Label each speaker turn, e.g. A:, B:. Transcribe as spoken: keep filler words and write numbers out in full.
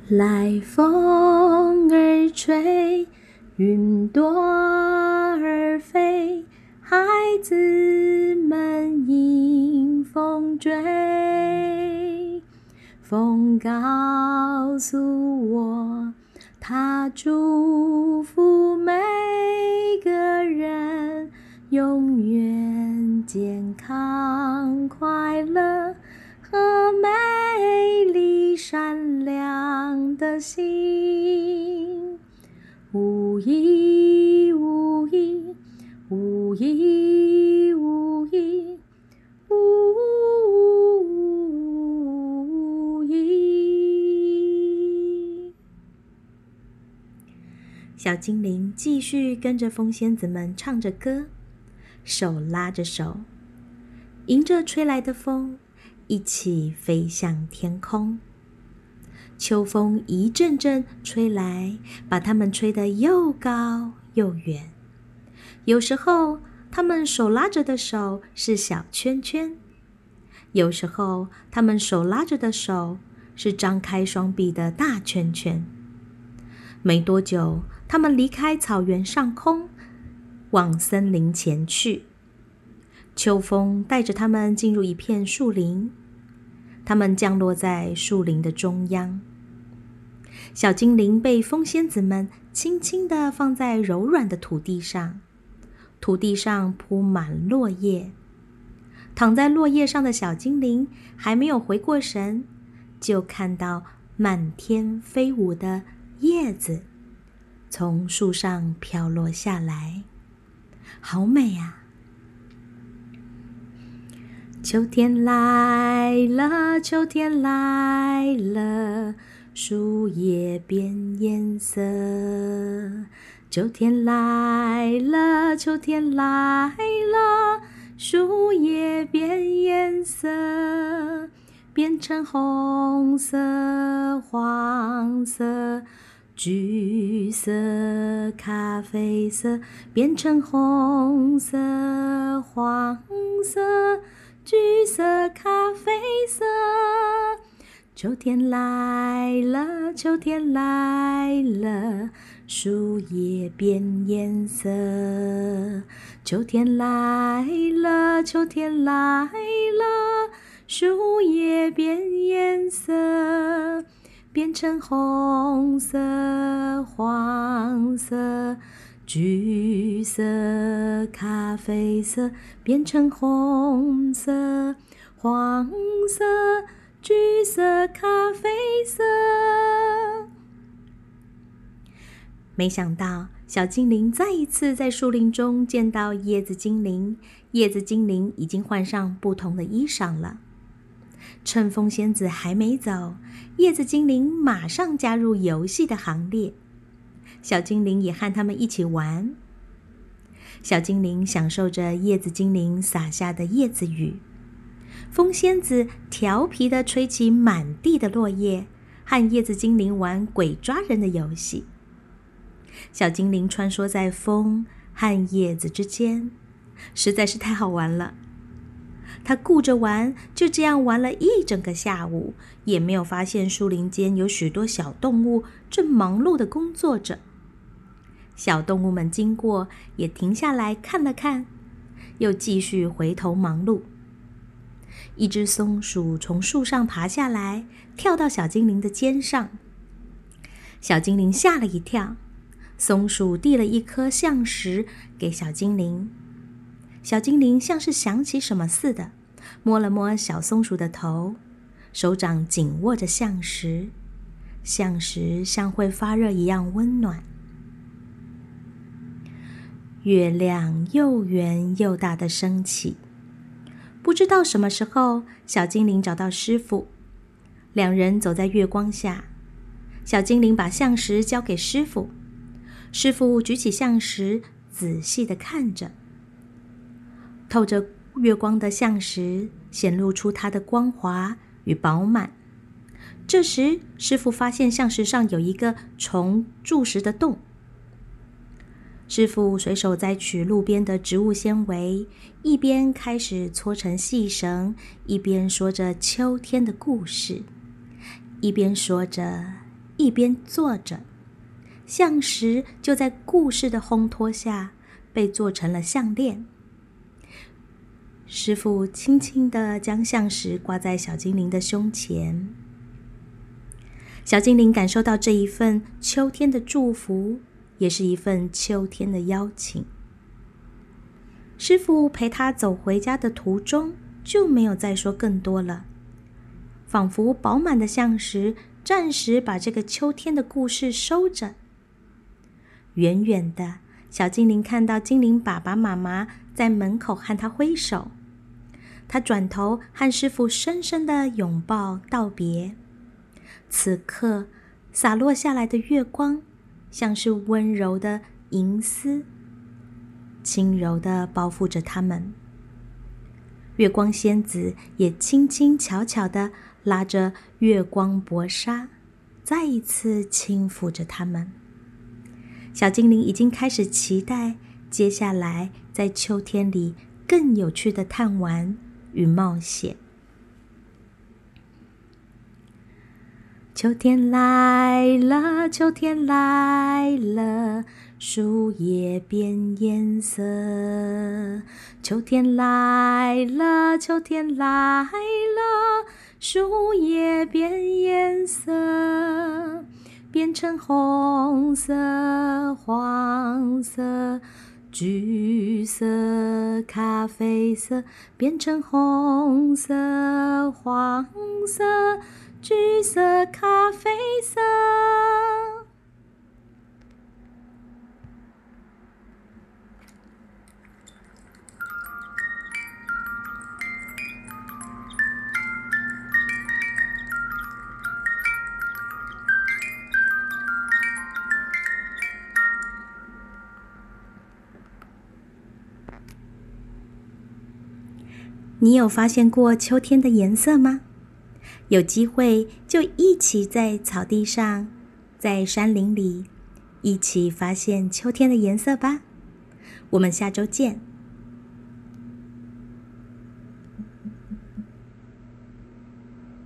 A: 来风儿吹，云朵儿飞，孩子们迎风追。风告诉我，它祝福每个人永远健康快乐和美丽善良的心。无依无依无依无依无依。小精灵继续跟着风仙子们唱着歌，手拉着手，迎着吹来的风，一起飞向天空。秋风一阵阵吹来，把它们吹得又高又远。有时候，它们手拉着的手是小圈圈；有时候，它们手拉着的手是张开双臂的大圈圈。没多久，它们离开草原上空，往森林前去。秋风带着它们进入一片树林，它们降落在树林的中央。小精灵被风仙子们轻轻地放在柔软的土地上，土地上铺满落叶。躺在落叶上的小精灵还没有回过神，就看到满天飞舞的叶子从树上飘落下来，好美啊！秋天来了，秋天来了，树叶变颜色。秋天来了，秋天来了，树叶变颜色，变成红色、黄色、橘色、咖啡色，变成红色、黄色、橘色、咖啡色。秋天来了，秋天来了，树叶变颜色。秋天来了，秋天来了，树叶变颜色，变成红色、黄色、橘色、咖啡色，变成红色、黄色、橘色、咖啡色。没想到，小精灵再一次在树林中见到叶子精灵，叶子精灵已经换上不同的衣裳了。趁风仙子还没走，叶子精灵马上加入游戏的行列。小精灵也和他们一起玩。小精灵享受着叶子精灵洒下的叶子雨，风仙子调皮地吹起满地的落叶，和叶子精灵玩鬼抓人的游戏。小精灵穿梭在风和叶子之间，实在是太好玩了。他顾着玩，就这样玩了一整个下午，也没有发现树林间有许多小动物正忙碌地工作着。小动物们经过，也停下来看了看，又继续回头忙碌。一只松鼠从树上爬下来，跳到小精灵的肩上。小精灵吓了一跳，松鼠递了一颗橡石给小精灵。小精灵像是想起什么似的，摸了摸小松鼠的头，手掌紧握着橡石，橡石像会发热一样温暖。月亮又圆又大的升起，不知道什么时候，小精灵找到师傅，两人走在月光下。小精灵把橡石交给师傅，师傅举起橡石，仔细地看着。透着月光的橡石显露出它的光滑与饱满。这时，师傅发现橡石上有一个虫蛀食的洞。师傅随手摘取路边的植物纤维，一边开始搓成细绳，一边说着秋天的故事，一边说着一边做着，橡石就在故事的烘托下被做成了项链。师傅轻轻地将橡石挂在小精灵的胸前，小精灵感受到这一份秋天的祝福，也是一份秋天的邀请。师傅陪他走回家的途中，就没有再说更多了，仿佛饱满的橡石暂时把这个秋天的故事收着。远远的，小精灵看到精灵爸爸妈妈在门口和他挥手，他转头和师傅深深的拥抱道别。此刻洒落下来的月光，像是温柔的银丝，轻柔地包覆着他们。月光仙子也轻轻巧巧地拉着月光薄纱，再一次轻抚着他们。小精灵已经开始期待接下来在秋天里更有趣的探玩与冒险。秋天来了，秋天来了，树叶变颜色。秋天来了，秋天来了，树叶变颜色，变成红色、黄色、橘色、咖啡色，变成红色、黄色、橘色、咖啡色。你有发现过秋天的颜色吗？有机会就一起在草地上，在山林里，一起发现秋天的颜色吧。我们下周见。